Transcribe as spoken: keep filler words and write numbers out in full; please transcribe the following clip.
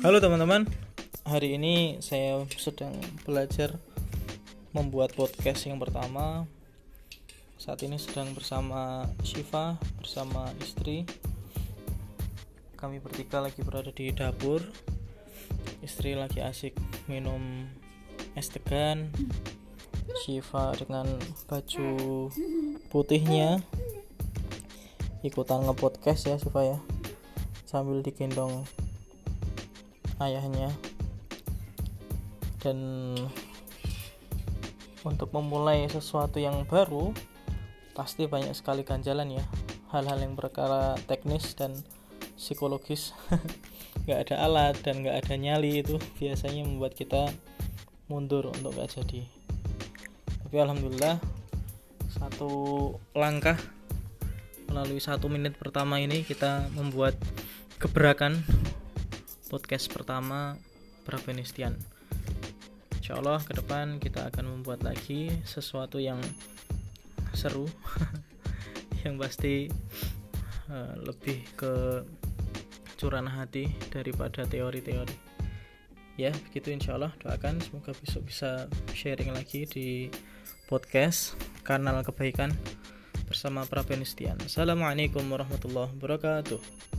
Halo teman-teman, hari ini saya sedang belajar membuat podcast yang pertama. Saat ini sedang bersama Syifa, bersama istri. Kami bertiga lagi berada di dapur. Istri lagi asik minum es degan. Syifa dengan baju putihnya ikutan nge-podcast ya Syifa ya, sambil digendong ayahnya. Dan untuk memulai sesuatu yang baru pasti banyak sekali ganjalan ya, hal-hal yang berkala teknis dan psikologis. Gak ada alat dan gak ada nyali, itu biasanya membuat kita mundur untuk gak jadi. Tapi alhamdulillah, satu langkah melalui satu menit pertama ini kita membuat gebrakan podcast pertama Prabenistian. Insyaallah ke depan kita akan membuat lagi sesuatu yang seru yang pasti uh, lebih ke curahan hati daripada teori-teori. Ya, begitu insyaallah. Doakan semoga besok bisa sharing lagi di podcast Kanal Kebaikan bersama Prabenistian. Assalamualaikum warahmatullahi wabarakatuh.